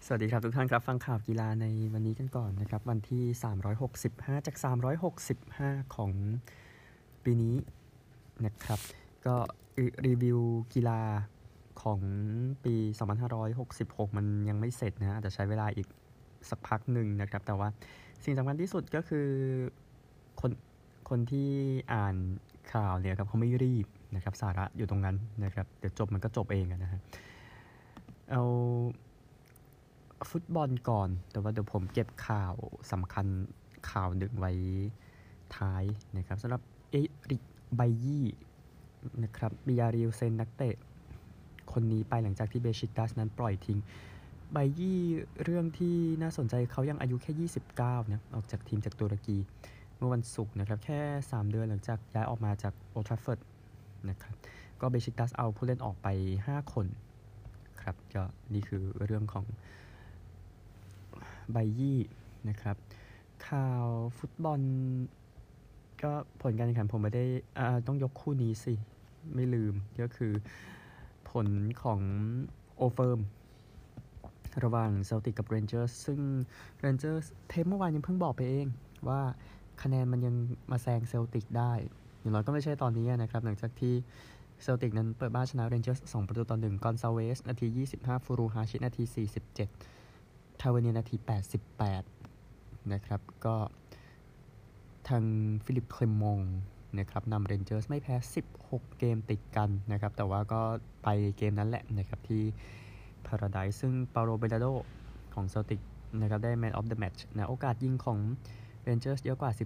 สวัสดีครับทุกท่านครับฟังข่าวกีฬาในวันนี้กันก่อนนะครับวันที่365จาก365ของปีนี้นะครับก็รีวิวกีฬาของปี2566มันยังไม่เสร็จนะอาจจะใช้เวลาอีกสักพักหนึ่งนะครับแต่ว่าสิ่งสำคัญที่สุดก็คือคนคนที่อ่านข่าวเนี่ยครับเขาไม่รีบนะครับสาระอยู่ตรงนั้นนะครับเดี๋ยวจบมันก็จบเองนะฮะเอาฟุตบอลก่อนแต่ว่าเดี๋ยวผมเก็บข่าวสำคัญข่าวหนึ่งไว้ท้ายนะครับสำหรับเอริกไบยี่นะครับบิยาริลเซนนักเตะคนนี้ไปหลังจากที่เบชิกตัสนั้นปล่อยทิ้งไบยี่เรื่องที่น่าสนใจเขายังอายุแค่29นะออกจากทีมจากตุรกีเมื่อวันศุกร์นะครับแค่3เดือนหลังจากย้ายออกมาจากโอลด์แทราฟฟอร์ดนะครับก็เบชิกตัสเอาผู้เล่นออกไป5คนครับก็นี่คือเรื่องของไบยี่นะครับข่าวฟุตบอลก็ผลการแข่งขันผมไม่ได้ต้องยกคู่นี้สิไม่ลืมก็คือผลของโอเฟิร์มระหว่างเซลติกกับเรนเจอร์สซึ่งเรนเจอร์สเทปเมื่อวานยังเพิ่งบอกไปเองว่าคะแนนมันยังมาแซงเซลติกได้อย่างน้อยก็ไม่ใช่ตอนนี้นะครับหลังจากที่เซลติกนั้นเปิดบ้านชนะเรนเจอร์ส2-1กอนซาเวสนาที25ฟูรูฮาชินาที47ทาวเวเนียนาที88นะครับก็ทางฟิลิปเคลมองนะครับนำเรนเจอร์สไม่แพ้16เกมติดกันนะครับแต่ว่าก็ไปเกมนั้นแหละนะครับที่พาราไดซ์ซึ่งเปาโลเบลาโดของเซลติกนะครับได้แมนออฟเดอะแมตช์นะโอกาสยิงของเรนเจอร์สเยอะกว่า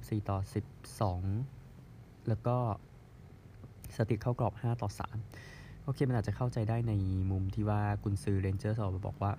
14-12แล้วก็เซลติกเข้ากรอบ5-3โอเคมันอาจจะเข้าใจได้ในมุมที่ว่ากุนซือเรนเจอร์สบอกว่า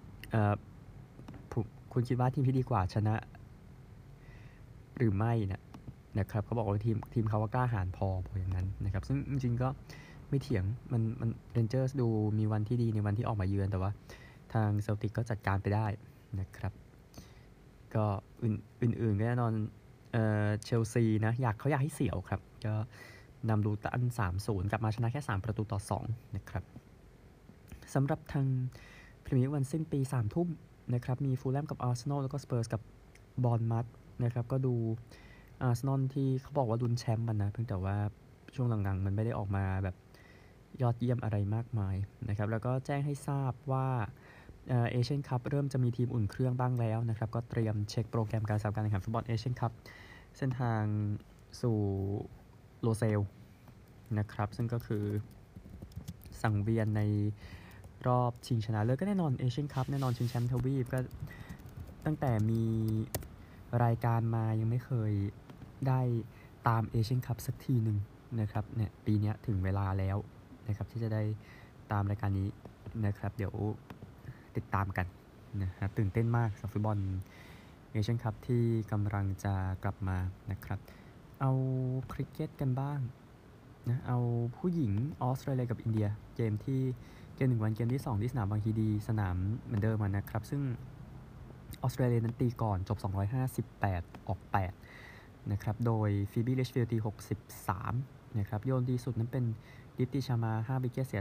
คุณคิดว่าทีมที่ดีกว่าชนะหรือไม่นะครับเขาบอกว่าทีมเขาว่ากล้าหาญพออย่างนั้นนะครับซึ่งจริงๆก็ไม่เถียงมันเรนเจอร์สดูมีวันที่ดีในวันที่ออกมาเยือนแต่ว่าทางเซลติกก็จัดการไปได้นะครับก็อื่นๆก็แน่นอนเชลซีนะเขาอยากให้เสี่ยวครับก็นำลูตัน 3-0 กลับมาชนะแค่3-2นะครับสำหรับทางพรีเมียร์ลีกวันสิ้นปี 3 ทุ่มนะครับมีฟูลแลมกับอาร์เซนอลแล้วก็สเปอร์สกับบอร์นมัธนะครับก็ดูอาร์เซนอลที่เขาบอกว่าลุ้นแชมป์มันนะเพียงแต่ว่าช่วงหลังๆมันไม่ได้ออกมาแบบยอดเยี่ยมอะไรมากมายนะครับแล้วก็แจ้งให้ทราบว่าเอเชียนคัพเริ่มจะมีทีมอุ่นเครื่องบ้างแล้วนะครับก็เตรียมเช็คโปรแกรมการแข่งขันฟุตบอลเอเชียนคัพเส้นทางสู่โลเซลนะครับซึ่งก็คือสังเวียนในรอบชิงชนะเลิศก็แน่นอนเอเชียนคัพแน่นอนชิงแชมป์ทวีปก็ตั้งแต่มีรายการมายังไม่เคยได้ตามเอเชียนคัพสักทีหนึ่งนะครับเนี่ยปีนี้ถึงเวลาแล้วนะครับที่จะได้ตามรายการนี้นะครับเดี๋ยวติดตามกันนะครับตื่นเต้นมากสำหรับฟุตบอลเอเชียนคัพที่กำลังจะกลับมานะครับเอาคริกเก็ตกันบ้างนะเอาผู้หญิงออสเตรเลียกับอินเดียเกม1วันเกมที่2ที่สนามบางฮีดีสนามเหมือนเดิมนะครับซึ่งออสเตรเลียนั้นตีก่อนจบ258ออก8นะครับโดยฟีบี้เลชฟิลด์ตี63นะครับโยนดีสุดนั้นเป็นดิปติชามา5วิกเก็ตเสีย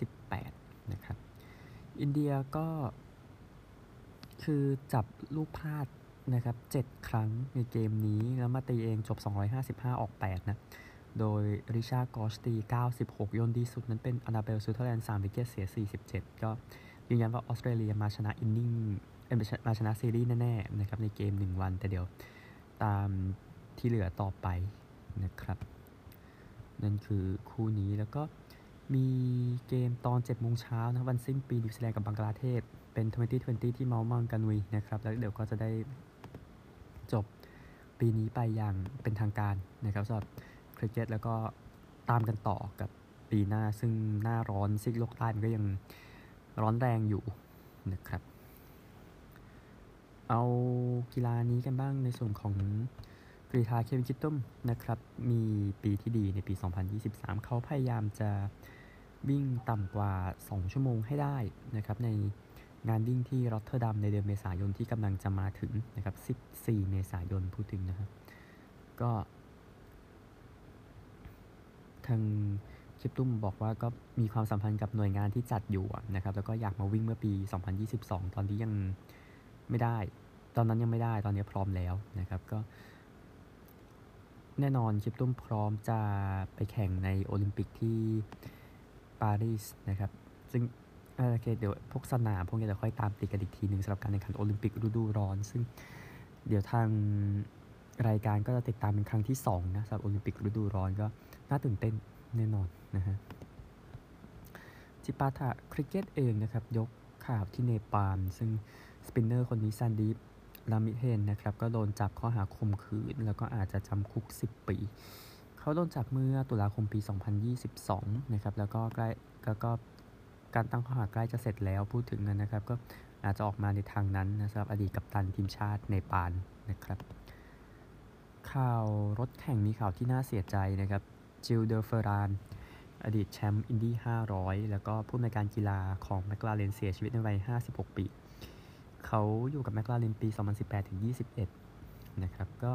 38นะครับอินเดียก็คือจับลูกพลาดนะครับ7ครั้งในเกมนี้แล้วมาตีเองจบ255ออก8นะโดยริชาร์ดกอชตี96โยนดีสุดนั้นเป็นอนาเบลซูเทอร์แลนด์3วิกเก็ตเสีย47ก็ยืนยันว่าออสเตรเลียมาชนะอินนิ่งมาชนะซีรีส์แน่ๆนะครับในเกม1วันแต่เดี๋ยวตามที่เหลือต่อไปนะครับนั่นคือคู่นี้แล้วก็มีเกมตอน 7 โมงเช้านะวันสิ้นปีนิวซีแลนด์กับบังกลาเทศเป็น2020ที่เมาส์มังกันวีนะครับแล้วเดี๋ยวก็จะได้จบปีนี้ไปอย่างเป็นทางการนะครับสำหรับคริกเก็ตแล้วก็ตามกันต่อกับปีหน้าซึ่งหน้าร้อนซีกโลกใต้มันก็ยังร้อนแรงอยู่นะครับเอากีฬานี้กันบ้างในส่วนของกรีฑาเควินคิตตัมนะครับมีปีที่ดีในปี 2023เขาพยายามจะวิ่งต่ำกว่า2ชั่วโมงให้ได้นะครับในงานวิ่งที่รอตเทอร์ดัมในเดือนเมษายนที่กำลังจะมาถึงนะครับ14เมษายนพูดถึงนะครับก็ทางเคชิปตุ้มบอกว่าก็มีความสัมพันธ์กับหน่วยงานที่จัดอยู่นะครับแล้วก็อยากมาวิ่งเมื่อปี 2022 ตอนที่ยังไม่ได้ตอนนั้นยังไม่ได้ตอนนี้พร้อมแล้วนะครับก็แน่นอนชิปตุ้มพร้อมจะไปแข่งในโอลิมปิกที่ปารีสนะครับซึ่งโอเคเดี๋ยวพวกสนามพวกนี้เดี๋ยวค่อยตามติดกันอีกทีหนึ่งสำหรับการแข่งขันโอลิมปิกฤดูร้อนซึ่งเดี๋ยวทางรายการก็จะติดตามเป็นครั้งที่2นะสำหรับโอลิมปิกฤดูร้อนก็น่าตื่นเต้นแน่นอนนะฮะจิปาถะคริกเก็ตเองนะครับยกข่าวที่เนปาลซึ่งสปินเนอร์คนนี้ซันดีฟลามิเฮนนะครับก็โดนจับข้อหาข่มขืนแล้วก็อาจจะจำคุก10 ปีเขาโดนจับเมื่อตุลาคมปี 2022 นะครับแล้วก็การตั้งข้อหาใกล้จะเสร็จแล้วพูดถึงนะครับก็อาจจะออกมาในทางนั้นนะครับอดีตกัปตันทีมชาติเนปาลนะครับข่าวรถแข่งมีข่าวที่น่าเสียใจนะครับจิลเดอร์เฟอรานอดีตแชมป์อินดี้500แล้วก็ผู้อำนวยการกีฬาของแมคลาเรนเสียชีวิตในวัย56 ปีเขาอยู่กับแมคลาเรนปี 2018-21 นะครับก็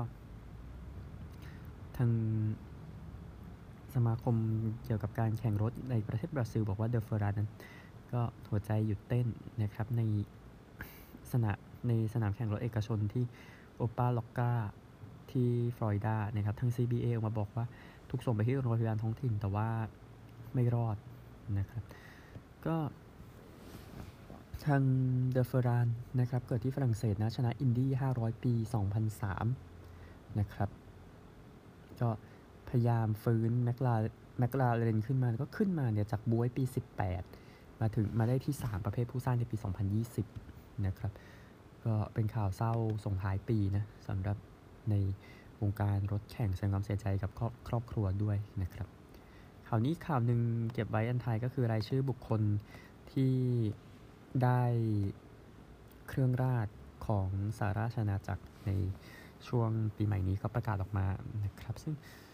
ทางสมาคมเกี่ยวกับการแข่งรถในประเทศบราซิลบอกว่าเดอเฟอรานั้นก็หัวใจหยุดเต้นนะครับสนามในสนามแข่งรถเอกชนที่โอปาล็อกกาที่ฟลอริดานะครับทาง CBA ออกมาบอกว่าถูกส่งไปที่โรงพยาบาลท้องถิ่นแต่ว่าไม่รอดนะครับก็ทางเดอเฟอรานนะครับเกิดที่ฝรั่งเศสนะชนะอินดี้500 ปี 2003 นะครับก็พยายามฟื้นแมคลาเรนขึ้นมาก็ขึ้นมาเนี่ยจากบ๊วยปี 18 มาได้ที่ 3 ประเภทผู้สร้างในปี 2020 นะครับก็เป็นข่าวเศร้าส่งท้ายปีนะสำหรับในวงการรถแข่งแสดงความเสียใจกับครอบครัวด้วยนะครับข่าวนี้ข่าวหนึ่งเก็บไว้อันท้ายก็คือรายชื่อบุคคลที่ได้เครื่องราชของสหราชอาณาจักรในช่วงปีใหม่นี้ก็ประกาศออกมานะครับซึ่ง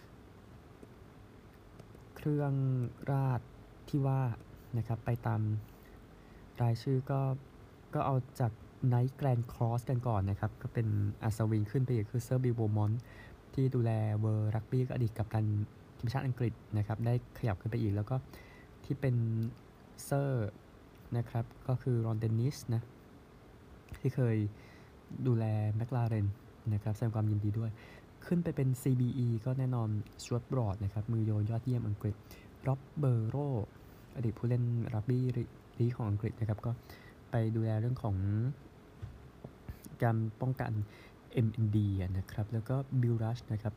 เครื่องราชที่ว่านะครับไปตามรายชื่อก็เอาจากไนท์แกรนด์ครอสกันก่อนนะครับก็เป็นอัศวินขึ้นไปอีกคือเซอร์บิลโบมอนต์ที่ดูแลเวอร์รักบี้ก็อดีตกัปตันทีมชาติอังกฤษนะครับได้ขยับขึ้นไปอีกแล้วก็ที่เป็นเซอร์นะครับก็คือรอนเดนนิสนะที่เคยดูแลแมคลาเรนนะครับแสดงความยินดีด้วยขึ้นไปเป็น CBE ก็แน่นอนสจวตบรอดนะครับมือโยนยอดเยี่ยมอังกฤษร็อบเบอร์โรอดีตผู้เล่นรักบี้ลีกของอังกฤษนะครับก็ไปดูแลเรื่องของการป้องกัน MND นะครับแล้วก็บิลรัชนะครับ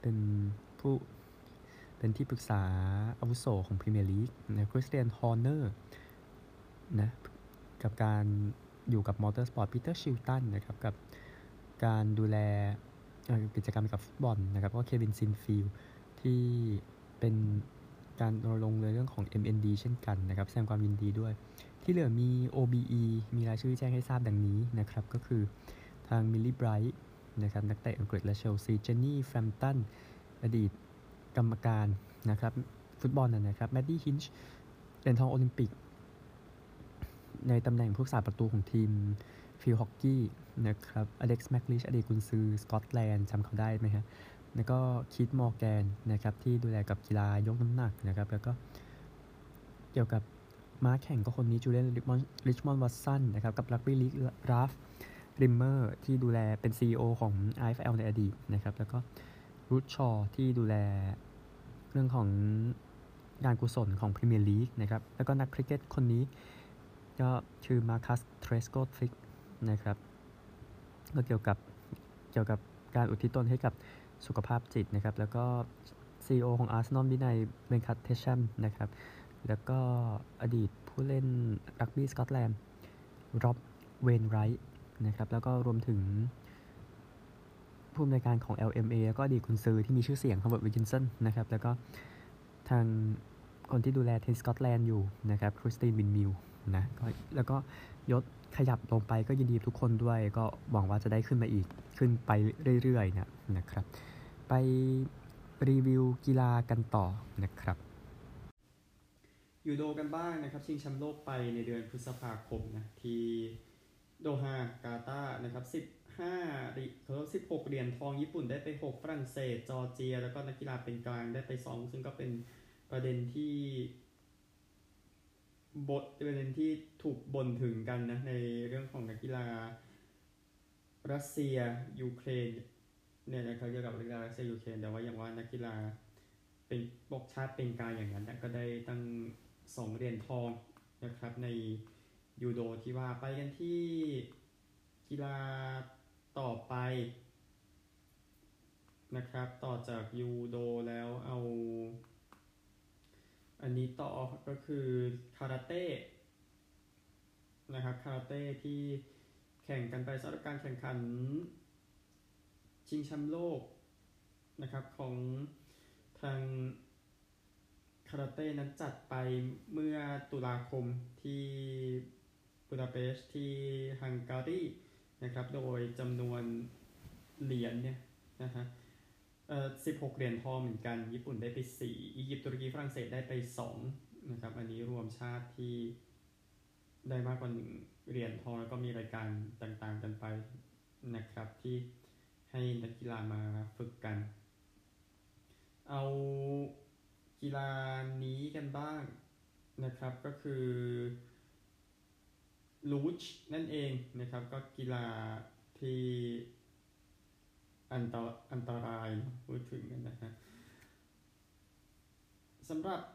เป็นที่ปรึกษาอาวุโสของพรีเมียร์ลีกนะคริสเตียนฮอร์เนอร์นะกับการอยู่กับมอเตอร์สปอร์ตปีเตอร์ชิลตันนะครับกับการดูแลกิจกรรมกับฟุตบอลนะครับก็เควินซินฟิลที่เป็นการลงเรื่องของ MND เช่นกันนะครับแสดงความยินดีด้วยที่เหลือมี OBE มีรายชื่อแจ้งให้ทราบดังนี้นะครับก็คือทางมิลลี่ไบรท์นะครับนักเตะอังกฤษและเชลซีเจนนี่แฟมตันอดีตกรรมการนะครับฟุตบอลนะครับแมดดี้ฮินช์เหรียญทองโอลิมปิกในตำแหน่งผู้รักษาประตูของทีมฟิลฮอกกี้นะครับอเล็กซ์แมคลิชอดีตกุนซือสกอตแลนด์จำเขาได้ไหมฮะแล้วก็คีธมอร์แกนนะครับที่ดูแลกับกีฬายกน้ำหนักนะครับแล้วก็เกี่ยวกับม้าแข่งก็คนนี้จูเลียนริชมอนด์วัตสันนะครับกับรักบี้ลีกราฟริมเมอร์ที่ดูแลเป็น CEO ของ IFL ในอดีตนะครับแล้วก็รูทชอที่ดูแลเรื่องของการกุศลของพรีเมียร์ลีกนะครับแล้วก็นักคริกเก็ตคนนี้ก็ชื่อมาคัสเทรสโกทริกนะครับก็เกี่ยวกับการอุทิศตนให้กับสุขภาพจิตนะครับแล้วก็ CEO ของอาร์เซนอลวินัยเวนคัตเทชัมนะครับแล้วก็อดีตผู้เล่นรักบี้สกอตแลนด์ร็อบเวนไรท์นะครับแล้วก็รวมถึงผู้อำนวยการของ LMA แล้วก็อดีตกุนซือที่มีชื่อเสียงฮาร์เวิร์ดวิลคินสันนะครับแล้วก็ทางคนที่ดูแลทีมสกอตแลนด์อยู่นะครับคริสตินวินมิลนะแล้วก็ยศขยับลงไปก็ยินดีทุกคนด้วยก็หวังว่าจะได้ขึ้นมาอีกขึ้นไปเรื่อยๆนะครับไปรีวิวกีฬากันต่อนะครับยูโดกันบ้างนะครับชิงแชมป์โลกไปในเดือนพฤษภาคมนะที่โดฮากาตาร์นะครับ16 เหรียญทองญี่ปุ่นได้ไป6ฝรั่งเศสจอร์เจียแล้วก็นักกีฬาเป็นกลางได้ไป2ซึ่งก็เป็นประเด็นที่ประเด็นที่ถูกบ่นถึงกันนะในเรื่องของนักกีฬารัสเซียยูเครนเนี่ยนะครับเกี่ยวกับนักกีฬารัสเซียยูเครนแต่ว่าอย่างว่านักกีฬาเป็นบอกชาติเป็นกายอย่างนั้นนะก็ได้ตั้ง2เหรียญทองนะครับในยูโดที่ว่าไปกันที่กีฬาต่อไปนะครับต่อจากยูโดแล้วเอาอันนี้ต่อก็คือคาราเต้นะครับคาราเต้ที่แข่งกันไปสำหรับการแข่งขันชิงแชมป์โลกนะครับของทางคาราเต้นั้นจัดไปเมื่อตุลาคมที่บูดาเปสต์ที่ฮังการีนะครับโดยจำนวนเหรียญเนี่ยนะฮะ16เหรียญทองเหมือนกันญี่ปุ่นได้ไป4อียิปต์ตุรกีฝรั่งเศสได้ไป2นะครับอันนี้รวมชาติที่ได้มากกว่า1เหรียญทองแล้วก็มีรายการต่างๆกันไปนะครับที่ให้นักกีฬามาฝึกกันเอากีฬานี้กันบ้างนะครับก็คือลูชนั่นเองนะครับก็กีฬาที่อันตรายพูดถึงกันนะฮะสำหรับ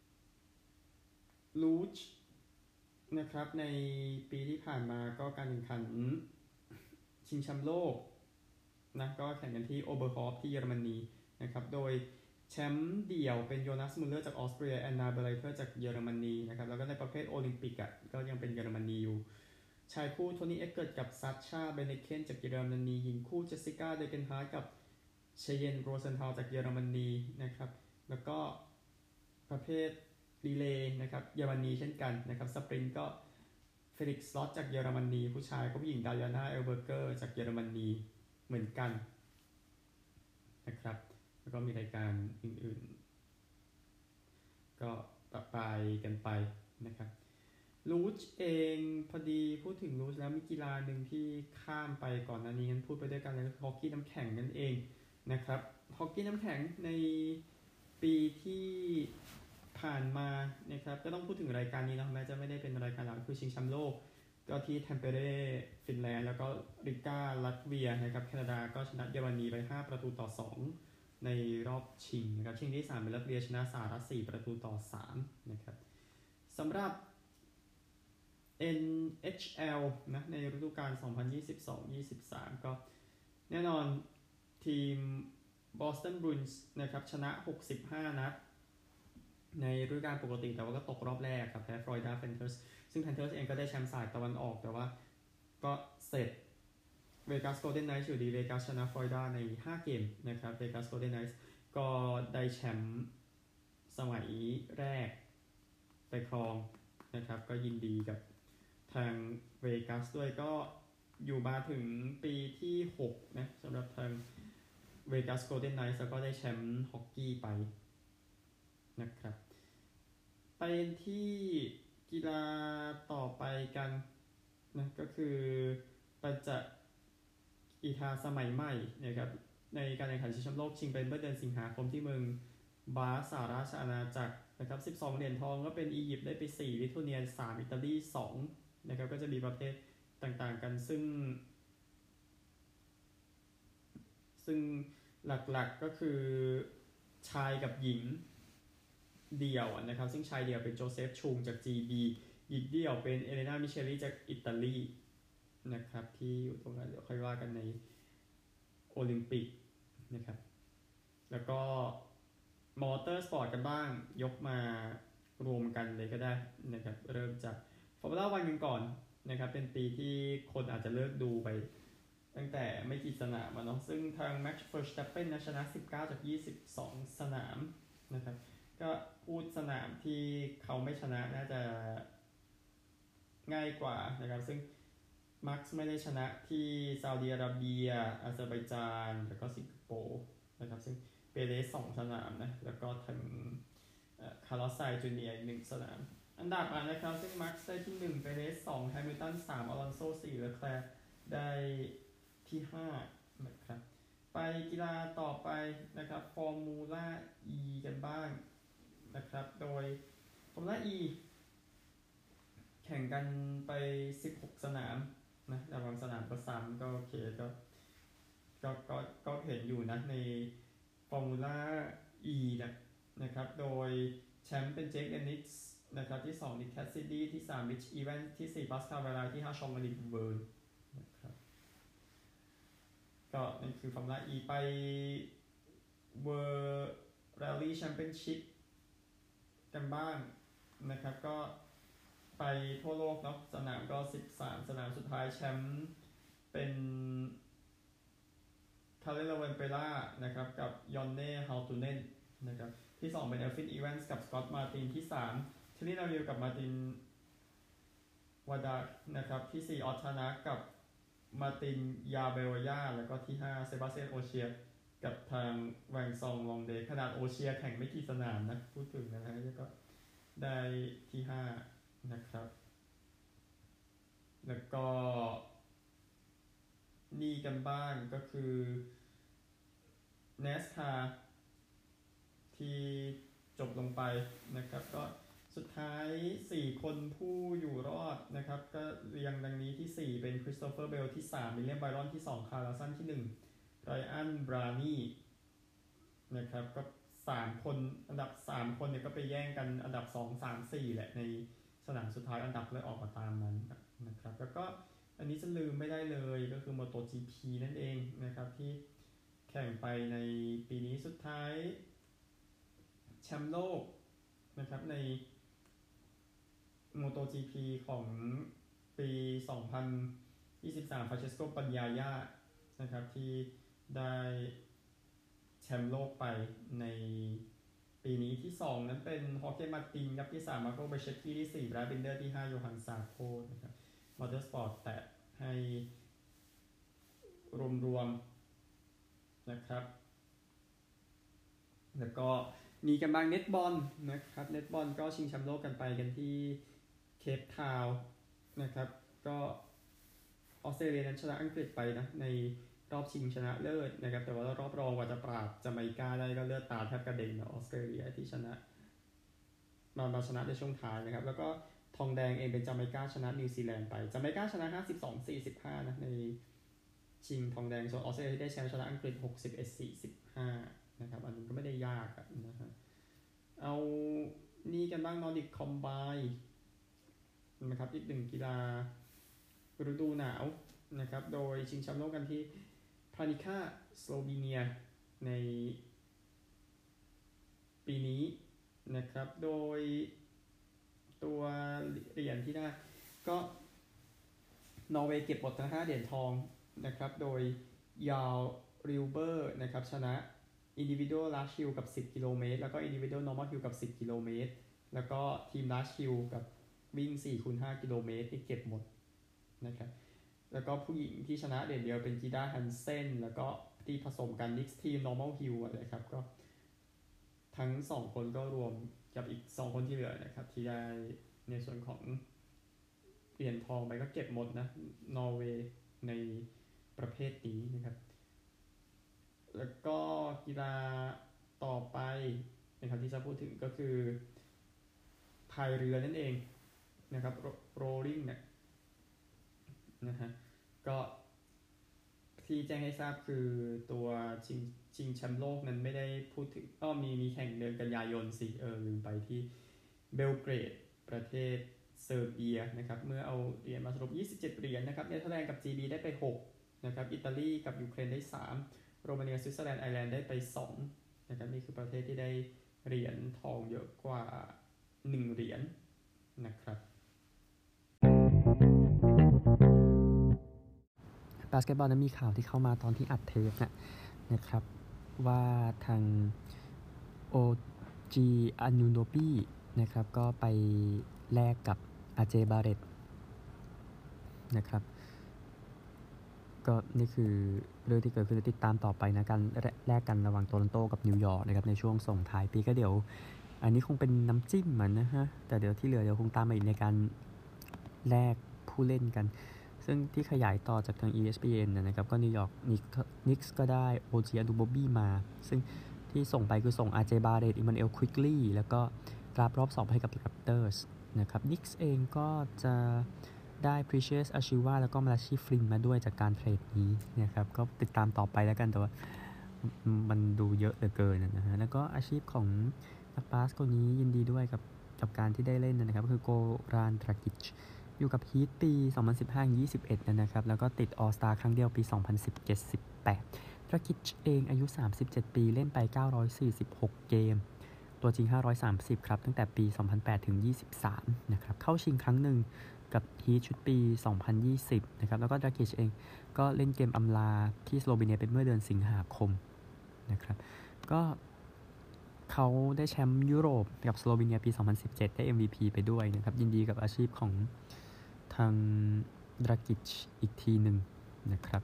ลูชนะครับในปีที่ผ่านมาก็การแข่งขันชิงแชมป์โลกนะก็แข่งกันที่โอเบอร์ฮอฟที่เยอรมนีนะครับโดยแชมป์เดี่ยวเป็นโยนัสมุลเลอร์จากออสเตรียแอนนาเบเลเทอร์จากเยอรมนีนะครับแล้วก็ในประเภทโอลิมปิกก็ยังเป็นเยอรมนีอยู่ชายคู่โทนี่เอ็กเกิร์ตกับซัชชาเบเนเคนจากเยอรมนีหญิงคู่เจสสิก้าเดเกนฮาร์กับเชเยนโรเซนทาลจากเยอรมนีนะครับแล้วก็ประเภทรีเลย์นะครับเยอรมนีเช่นกันนะครับสปรินต์ก็เฟลิกซ์ลอตจากเยอรมนีผู้ชายผู้หญิงดาริอานาเอลเบอร์เกอร์จากเยอรมนีเหมือนกันนะครับแล้วก็มีรายการอื่นๆก็ปรับปลายกันไปนะครับลูชเองพอดีพูดถึงลูชแล้วมีกีฬาหนึ่งที่ข้ามไปก่อนหน้านี้งั้นพูดไปด้วยกันเลยคือฮอกกี้น้ำแข็งนั่นเองนะครับฮอกกี้น้ำแข็งในปีที่ผ่านมานะครับก็ต้องพูดถึงรายการนี้นะแม้จะไม่ได้เป็นรายการหลักคือชิงแชมป์โลกก็ที่แทมเปเร่ฟินแลนด์แล้วก็ริก้าลัตเวียนะครับแคนาดาก็ชนะเยอรมนีไป5-2ในรอบชิงนะครับชิงที่3เป็นลัตเวียชนะสหรัฐ4-3นะครับสำหรับ NHL นะในฤดูกาล 2022-23 ก็แน่นอนทีม Boston Bruins นะครับชนะ65นัดในฤดูกาลปกติแต่ว่าก็ตกรอบแรกครับแพ้ Florida Panthers ซึ่ง Panthers เองก็ได้แชมป์สายตะวันออกแต่ว่าก็เสร็จ Vegas Golden Knights อยู่ดี Vegas ชนะ Florida ใน5เกมนะครับ Vegas Golden Knights ก็ได้แชมป์สมัยแรกไปครองนะครับก็ยินดีกับทาง Vegas ด้วยก็อยู่มาถึงปีที่6นะสำหรับทาง Vegas Golden Knights แล้วก็ได้แชมป์ฮอกกี้ไปนะครับไปที่กีฬาต่อไปกันนะก็คือปัญจกีฬาสมัยใหม่นะครับในการแข่งขันชิงแชมป์โลกชิงเป็นเมื่อเดือนสิงหาคมที่เมืองบาสาราชอาณาจักรนะครับ12เหรียญทองก็เป็นอียิปต์ได้ไป4ลิทัวเนีย3อิตาลี2นะครับก็จะมีประเภทต่างๆกันซึ่งหลักๆก็คือชายกับหญิงเดี่ยวนะครับซึ่งชายเดี่ยวเป็นโจเซฟชุงจาก GB หญิงเดี่ยวเป็นเอเลนามิเชลลีจากอิตาลีนะครับที่อยู่ตรงนั้นเดี๋ยวค่อยว่ากันในโอลิมปิกนะครับแล้วก็มอเตอร์สปอร์ตกันบ้างยกมารวมกันเลยก็ได้นะครับเริ่มจากฟอร์มูล่าวันกันก่อนนะครับเป็นปีที่คนอาจจะเลิกดูไปตั้งแต่ไม่กี่สนามเนาะซึ่งทาง Max Verstappen ชนะ19จาก22สนามนะครับก็พูดสนามที่เขาไม่ชนะน่าจะง่ายกว่านะครับซึ่งมาร์คไม่ได้ชนะที่ซาอุดิอาระเบียอาเซอร์ไบจานแล้วก็สิงคโปร์นะครับซึ่งเปเรส2สนามนะแล้วก็ทางคาร์ลอสไซน์จูเนียร์1สนามอันดับนะครับซึ่งมาร์คได้ที่1เปเรส2แฮมิลตัน3อลอนโซ4และแคลร์ได้ที่5นะครับไปกีฬาต่อไปนะครับฟอร์มูล่า E กันบ้างนะครับโดยฟอร์มูล่า E แข่งกันไป16 สนามนะแต่บางสนามก็ซ้ำก็โอเคก็เห็นอยู่นะในฟอร์มูล่า E นะครับโดยแชมป์เป็นเจคเดนิสนะครับที่2นิกแคสซิดี้ที่3ริชอีแวนที่4ปาสคาลเวลาที่5ชองมาริเบิร์นนะครับก็นั่นคือฟอร์มูล่า E ไปเวอร์แรลลี่แชมเปี้ยนชิพกันบ้างนะครับก็ไปทั่วโลกเนาะสนามก็13 สนามสุดท้ายแชมป์เป็นคาร์เลโลเวนเปล่านะครับกับยอนเน่ฮาวตูเนนนะครับที่2เป็นเอลฟินอีแวนส์กับสกอตต์มาตินที่3ทีนี้เราเรียวกับมาตินวาดานะครับที่4ออตทานะกับมาตินยาเบลยาแล้วก็ที่5เซบาสเตียนโอเชียกับทางแวงซองลองเดย์ขนาดโอเชียแข่งไม่กี่สนามนะพูดถึงนะฮะก็ได้ที่5นะครับแล้วก็นี่กันบ้างก็คือ NASCAR ที่จบลงไปนะครับก็สุดท้าย4คนผู้อยู่รอดนะครับก็เรียงดังนี้ที่4เป็นคริสโตเฟอร์เบลที่3วิลเลียมไบรอนที่2คาร์ลสันที่1ไรอันบรานี่นะครับก็3คนอันดับ3คนเนี่ยก็ไปแย่งกันอันดับ2 3 4แหละในสนามสุดท้ายอันดับเลยออกมาตามนั้นนะครับแล้วก็อันนี้จะลืมไม่ได้เลยก็คือ MotoGP นั่นเองนะครับที่แข่งไปในปีนี้สุดท้ายแชมป์โลกนะครับใน MotoGP ของปี2023ฟาเชสโกปัญญายานะครับที่ได้แชมป์โลกไปในปีนี้ที่2นั้นเป็นฮอร์เก้มาร์ตินครับที่3มาโกเบเชตตี้ที่4แบรดบินเดอร์ที่5โยฮันซาโคนะครับมอเตอร์สปอร์ตแตะให้รวมๆนะครับแล้วก็มีกันบางเน็ตบอลนะครับเน็ตบอลก็ชิงแชมป์โลกกันไปกันที่เคปทาวน์นะครับก็ออสเตรเลียนั้นชนะอังกฤษไปนะในรอบชิงชนะเลิศนะครับแต่ว่ารอบรองกว่าจะปราบจาเมกาได้ก็เลือดตาแทบกระเด็นนะออสเตรเลียที่ชนะมาชนะในช่วงท้ายนะครับแล้วก็ทองแดงเองเป็นจาเมกาชนะนิวซีแลนด์ไปจาเมกาชนะ52-45นะในชิงทองแดงส่วนออสเตรเลียที่ได้แชมป์ชนะอังกฤษ61-45นะครับอันนี้ก็ไม่ได้ยากนะฮะเอานี่กันบ้างนอร์ดิกคอมไบน์นะครับอีกหนึ่งกีฬาฤดูหนาวนะครับโดยชิงแชมป์โลกกันที่พานิคาสโลวีเนียในปีนี้นะครับโดยตัวเหรียญที่ได้ก็นอร์เวย์เก็บหมดทั้ง5เหรียญทองนะครับโดยยาวริลเบอร์นะครับชนะ Individual Large Hill กับ10กิโลเมตรแล้วก็ Individual Normal Hill กับ10กิโลเมตรแล้วก็ทีม Large Hill กับวิ่ง 4x5 กิโลเมตรที่เก็บหมดนะครับแล้วก็ผู้หญิงที่ชนะเด่นเดียวเป็นจีด้าฮันเซนแล้วก็ที่ผสมกัน Mixed Team Normal Hill อะไรครับก็ทั้ง2คนก็รวมกับอีก2คนที่เหลือนะครับที่ได้ในส่วนของเหรียญทองไปก็เก็บหมดนะนอร์เวย์ในประเภทนี้นะครับแล้วก็กีฬาต่อไปนะครับที่จะพูดถึงก็คือพายเรือนั่นเองนะครับโรลลิ่งเนี่ยนะฮะก็ที่แจ้งให้ทราบคือตัวชิงแชมป์โลกนั้นไม่ได้พูดถึงมีแข่งเดือนกันยายนลืมไปที่เบลเกรดประเทศเซอร์เบียนะครับเมื่อเอาเหรียญมาสรุป27เหรียญนะครับเนเธอร์แลนด์กับ GB ได้ไป6นะครับอิตาลีกับยูเครนได้3โรมาเนียสวิตเซอร์แลนด์ไอร์แลนด์ได้ไป2นะครับนี่คือประเทศที่ได้เหรียญทองเยอะกว่า1เหรียญนะครับบาสเกตบอลนั้นมีข่าวที่เข้ามาตอนที่อัดเทปนะครับว่าทาง OG อานูโนบีนะครับก็ไปแลกกับอาเจบาเรตนะครับก็นี่คือเรื่องที่เกิดขึ้นติดตามต่อไปนะการแลกกันระหว่างโตลอนโตกับนิวยอร์กนะครับในช่วงส่งท้ายปีก็เดี๋ยวอันนี้คงเป็นน้ำจิ้มมันนะฮะแต่เดี๋ยวที่เหลือเดี๋ยวคงตามมาอีกในการแลกผู้เล่นกันซึ่งที่ขยายต่อจากทาง ESPN นะครับก็นิวยอร์กนิกส์ก็ได้โอจิอานูโบบี้มาซึ่งที่ส่งไปคือส่งอาเจบาเรตอิมมานูเอลควิกลี่แล้วก็รับรอบ2ให้กับแรปเตอร์สนะครับนิกส์เองก็จะได้ Precious Achiuwa แล้วก็ Malachi Flynn มาด้วยจากการเทรดนี้นะครับก็ติดตามต่อไปแล้วกันแต่ว่ามันดูเยอะเหลือเกินนะฮะแล้วก็อาชีพของนักบาสคนนี้ยินดีด้วยกับการที่ได้เล่นนะครับคือโกรานดรากิชอยู่กับฮีทปี 2015-21 นะครับแล้วก็ติด All Star ครั้งเดียวปี 2017-18 ดรากิชเองอายุ 37 ปีเล่นไป 946 เกมตัวจริง 530 ครับตั้งแต่ปี 2008-23 นะครับเข้าชิงครั้งหนึ่งกับฮีทชุดปี 2020 นะครับแล้วก็ดรากิชเองก็เล่นเกมอำลาที่สโลวีเนียเป็นเมื่อเดือนสิงหาคมนะครับก็เขาได้แชมป์ยุโรปกับสโลวีเนียปี 2017 ได้ MVP ไปด้วยนะครับยินดีกับอาชีพของทางดรากิชอีกทีหนึ่งนะครับ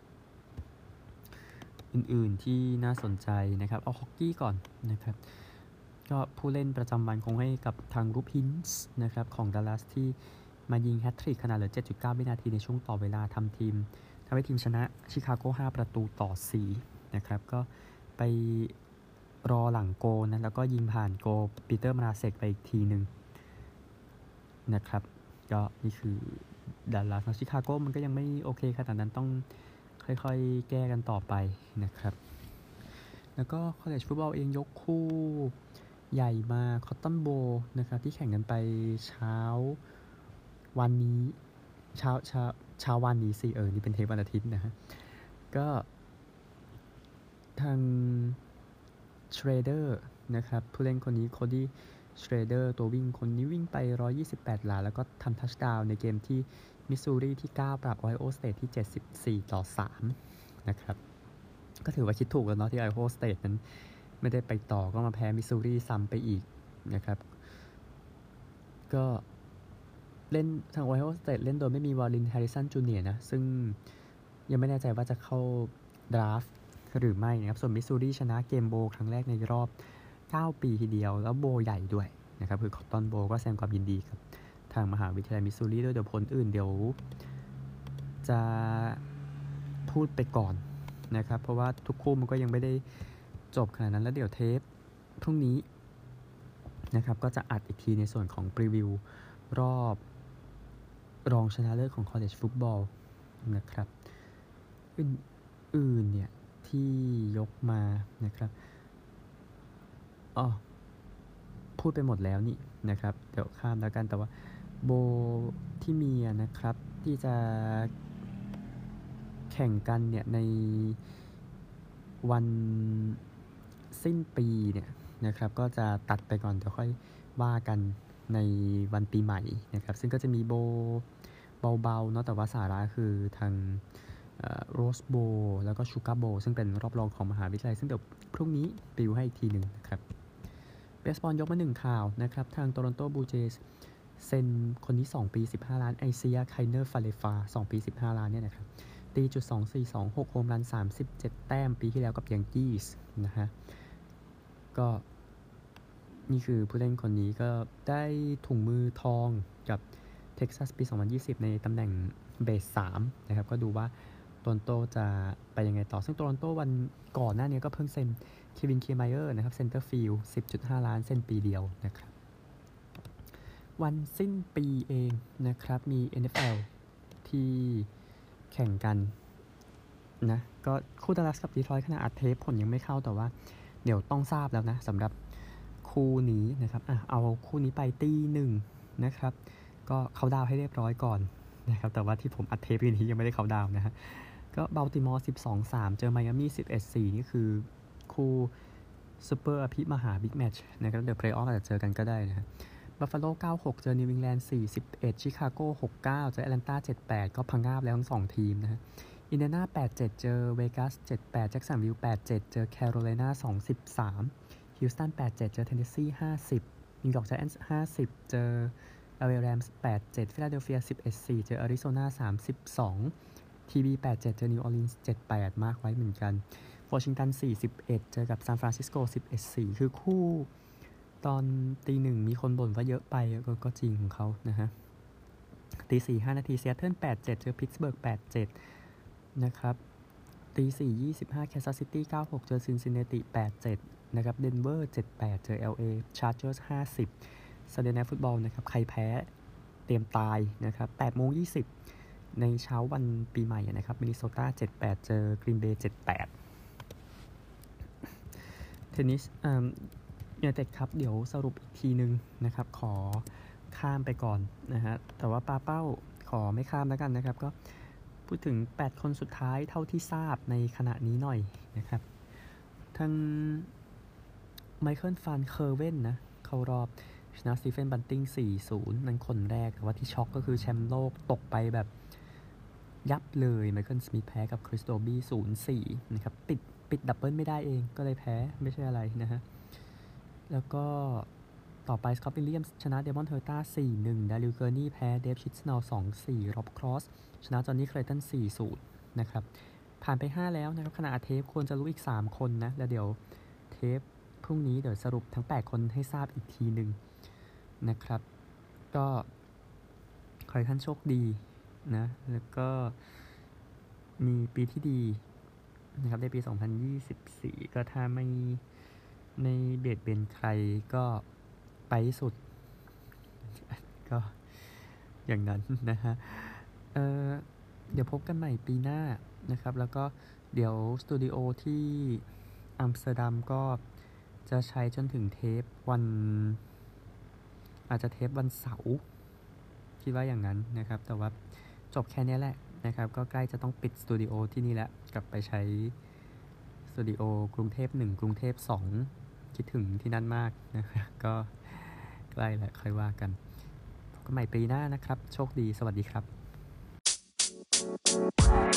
อื่นๆที่น่าสนใจนะครับเอาฮอกกี้ก่อนนะครับก็ผู้เล่นประจำวันคงให้กับทางรูปฮินส์นะครับของดัลลัสที่มายิงแฮตทริกขนาดเหลือ 7.9 วินาทีในช่วงต่อเวลาทำให้ทีมชนะชิคาโก้ 5-4 นะครับก็ไปรอหลังโกนะแล้วก็ยิงผ่านโกปีเตอร์มาราเซกไปอีกทีหนึ่งนะครับก็นี่คือดัลลัสชิคาโก้มันก็ยังไม่โอเคขนาดนั้นต้องค่อยๆแก้กันต่อไปนะครับแล้วก็ College Football เองยกคู่ใหญ่มา Cotton Bowl นะครับที่แข่งกันไปเช้าวันนี้เช้าวันนี้สินี่เป็นเทปวันอาทิตย์นะฮะก็ทางเทรเดอร์นะครับผู้เล่นคนนี้โคดี้เทรเดอร์ตัววิ่งคนนี้วิ่งไป128 หลาแล้วก็ทำทัชดาวน์ในเกมที่มิสซูรีที่9ปราบไอโอสเตทที่74-3นะครับก็ถือว่าคิดถูกแล้วเนาะที่ไอโอสเตทนั้นไม่ได้ไปต่อก็มาแพ้มิสซูรีซ้ำไปอีกนะครับก็เล่นทางไอโอสเตทเล่นโดยไม่มีวอลลินแฮร์ริสันจูเนียร์นะซึ่งยังไม่แน่ใจว่าจะเข้าดราฟต์หรือไม่นะครับส่วนมิสซูรีชนะเกมโบครั้งแรกในรอบ9 ปีทีเดียวแล้วโบใหญ่ด้วยนะครับคือคอตตอนโบก็แสดงความยินดีกับทางมหาวิทยาลัยมิสซูรีด้วยเดี๋ยวผลอื่นเดี๋ยวจะพูดไปก่อนนะครับเพราะว่าทุกคู่มันก็ยังไม่ได้จบขนาดนั้นแล้วเดี๋ยวเทปพรุ่งนี้นะครับก็จะอัดอีกทีในส่วนของพรีวิวรอบรองชนะเลิศของ College Football นะครับอื่นๆเนี่ยที่ยกมานะครับพูดไปหมดแล้วนี่นะครับเดี๋ยวข้ามแล้วกันแต่ว่าโบที่มีนะครับที่จะแข่งกันเนี่ยในวันสิ้นปีเนี่ยนะครับก็จะตัดไปก่อนเดี๋ยวค่อยว่ากันในวันปีใหม่นะครับซึ่งก็จะมีโบเบาๆเนาะแต่ว่าสาระคือทางโรสโบแล้วก็ชูการ์โบซึ่งเป็นรอบรองของมหาวิทยาลัยซึ่งเดี๋ยวพรุ่งนี้ปิวให้อีกทีหนึ่งนะครับเบสบอลยกมา1ข่าวนะครับทางโตรอนโตบลูเจย์เซ็นคนนี้2 ปี 15 ล้านไอเซียไคเนอร์ฟาเลฟา2 ปี 15 ล้านเนี่ยนะครับตีจุด2426โฮมรัน37 แต้มปีที่แล้วกับยังกี้สนะฮะก็นี่คือผู้เล่นคนนี้ก็ได้ถุงมือทองกับเท็กซัสปี 2020 ในตำแหน่งเบส3นะครับก็ดูว่าโตรอนโตจะไปยังไงต่อซึ่งโตรอนโตวันก่อนหน้านี้ก็เพิ่งเซ็นเควินเคไมเออร์นะครับเซนเตอร์ฟิลด์ 10.5 ล้านเซ็นปีเดียวนะครับวันสิ้นปีเองนะครับมี NFL ที่แข่งกันนะก็คู่ดัลลัสกับดีทรอยต์ขณะอัดเทปผลยังไม่เข้าแต่ว่าเดี๋ยวต้องทราบแล้วนะสำหรับคู่นี้นะครับเอาคู่นี้ไปตีหนึ่งนะครับก็เขาดาวให้เรียบร้อยก่อนนะครับแต่ว่าที่ผมอัดเทปนี้ยังไม่ได้เขาดาวนะฮะก็บัลติมอร์ 12-3 เจอไมอามี่ 11-4 นี่คือคู่ซูเปอร์อภิมหาบิ๊กแมตช์นะครับเดี๋ยวเพลย์ออฟอาจจะเจอกันก็ได้นะฮะบัฟฟาโล 96 เจอนิวอิงแลนด์ 41 ชิคาโก้ 69 เจอแอตแลนตา 78 ก็พังงาบแล้วทั้ง2ทีมนะฮะอินเดียนา 87 เจอเวกัส 78 แจ็คสันวิลล์ 87 เจอแคโรไลนา 23 ฮิวสตัน 87 เจอเทนเนสซี 50 นิวยอร์กไจแอนท์ 50 เจอLA Rams 87 ฟิลาเดลเฟีย 11-4 เจออาริโซนา 32 ทีบี 87 เจอนิวออร์ลีนส์ 78 มากไว้เหมือนกันวอชิงตัน 41 เจอกับซานฟรานซิสโก 11-4 คือคู่ตอนตีหนึ่งมีคนบ่นว่าเยอะไปก็จริงของเขานะฮะตี4 5 นาทีซีแอตเทิล 87 เจอพิตต์สเบิร์ก 87 นะครับตี4 25 แคนซัสซิตี้ 96 เจอซินซินเนติ 87 นะครับเดนเวอร์ 78 เจอ LA ชาร์เจอร์ส 50 Sunday Night Football นะครับใครแพ้เตรียมตายนะครับ 8:20 น.ในเช้าวันปีใหม่นะครับมินนิโซตา 7-8 เจอกรีนเบย์ 7-8 เทนนิสยูไนเต็ดครับเดี๋ยวสรุปอีกทีนึงนะครับขอข้ามไปก่อนนะฮะแต่ว่าปาเป้าขอไม่ข้ามแล้วกันนะครับก็พูดถึง8คนสุดท้ายเท่าที่ทราบในขณะนี้หน่อยนะครับทั้งไมเคิลฟานเคอร์เวนนะเข้ารอบชนะสตีเฟนบันติง 4-0 นั่นคนแรกแต่ว่าที่ช็อกก็คือแชมป์โลกตกไปแบบยับเลยไมเคิลสมิธแพ้กับคริสโตบี้ 0-4 นะครับปิดดับเบิลไม่ได้เองก็เลยแพ้ไม่ใช่อะไรนะฮะแล้วก็ต่อไปสกอตต์วิลเลียมส์ชนะเดมอนเทอร์ต้า 4-1 ดาริลเกอร์นี่แพ้เดฟชิตสโนว์ 2-4 ร็อบครอสชนะจอห์นนี่เคลตัน 4-0 นะครับผ่านไป5แล้วนะครับขณะเทปควรจะรู้อีก3คนนะแล้วเดี๋ยวเทปพรุ่งนี้เดี๋ยวสรุปทั้ง8คนให้ทราบอีกทีหนึ่งนะครับก็ขอให้ท่านโชคดีนะแล้วก็มีปีที่ดีนะครับในปี 2024 ก็ถ้าไม่เบียดเบียนใครก็ไปสุดก็อย่างนั้นนะฮะเดี๋ยวพบกันใหม่ปีหน้านะครับแล้วก็เดี๋ยวสตูดิโอที่อัมสเตอร์ดัมก็จะใช้จนถึงเทปวันอาจจะเทปวันเสาร์คิดว่าอย่างนั้นนะครับแต่ว่าจบแค่นี้แหละนะครับก็ใกล้จะต้องปิดสตูดิโอที่นี่แล้วกลับไปใช้สตูดิโอกรุงเทพ1กรุงเทพ2คิดถึงที่นั่นมากนะครับก็ใกล้แล้วค่อยว่ากันพบกันใหม่ปีหน้านะครับโชคดีสวัสดีครับ